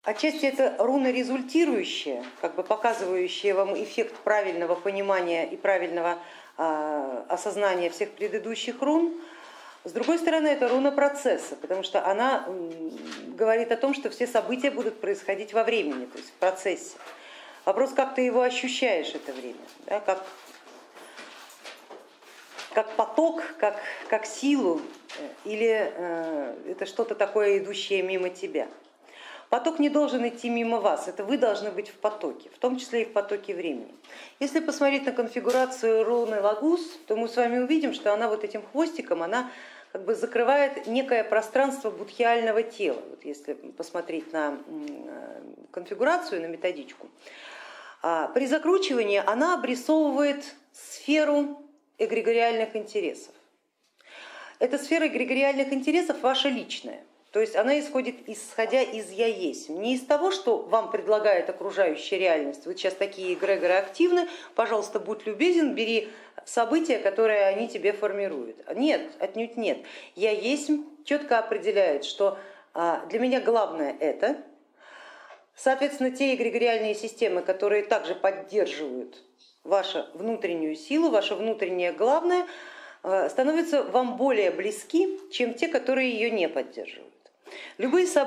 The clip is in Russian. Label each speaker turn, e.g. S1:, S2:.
S1: Отчасти это руна результирующая, как бы показывающая вам эффект правильного понимания и правильного осознания всех предыдущих рун. С другой стороны, это руна процесса, потому что она говорит о том, что все события будут происходить во времени, то есть в процессе. Вопрос, как ты его ощущаешь, это время, да, как поток, как силу, или это что-то такое, идущее мимо тебя. Поток не должен идти мимо вас, это вы должны быть в потоке, в том числе и в потоке времени. Если посмотреть на конфигурацию руны Лагус, то мы с вами увидим, что она вот этим хвостиком, она как бы закрывает некое пространство будхиального тела. Вот если посмотреть на конфигурацию, на методичку, при закручивании она обрисовывает сферу эгрегориальных интересов. Эта сфера эгрегориальных интересов ваша личная. То есть она исходя из я есть, не из того, что вам предлагает окружающая реальность. Вот сейчас такие эгрегоры активны, пожалуйста, будь любезен, бери события, которые они тебе формируют. Нет, отнюдь нет. Я есть четко определяет, что для меня главное это. Соответственно, те эгрегориальные системы, которые также поддерживают вашу внутреннюю силу, ваше внутреннее главное, становятся вам более близки, чем те, которые ее не поддерживают. Любые события